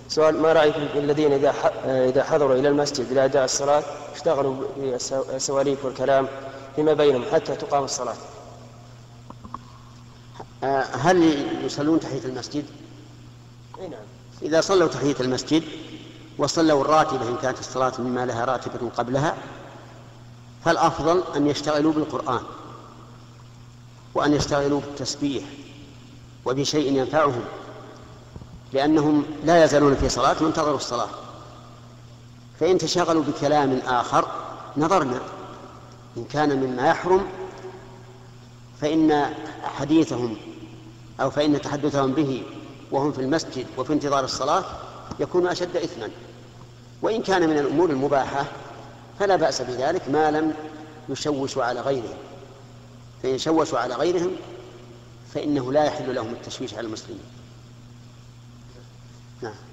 سؤال: ما رأيكم الذين إذا حضروا إلى المسجد لأداء الصلاة اشتغلوا بالسواليف والكلام فيما بينهم حتى تقام الصلاة؟ هل يصلون تحية المسجد؟ نعم. إذا صلوا تحية المسجد وصلوا الراتبة إن كانت الصلاة مما لها راتبة قبلها، فالأفضل أن يشتغلوا بالقرآن، وأن يشتغلوا بالتسبيح وبشيء ينفعهم، لأنهم لا يزالون في صلاة وانتظروا الصلاة. فإن تشغلوا بكلام آخر نظرنا، إن كان مما يحرم فإن حديثهم أو فإن تحدثهم به وهم في المسجد وفي انتظار الصلاة يكون أشد إثما. وإن كان من الأمور المباحة فلا بأس بذلك ما لم يشوشوا على غيرهم، فإن شوشوا على غيرهم فإنه لا يحل لهم التشويش على المسلمين. نعم.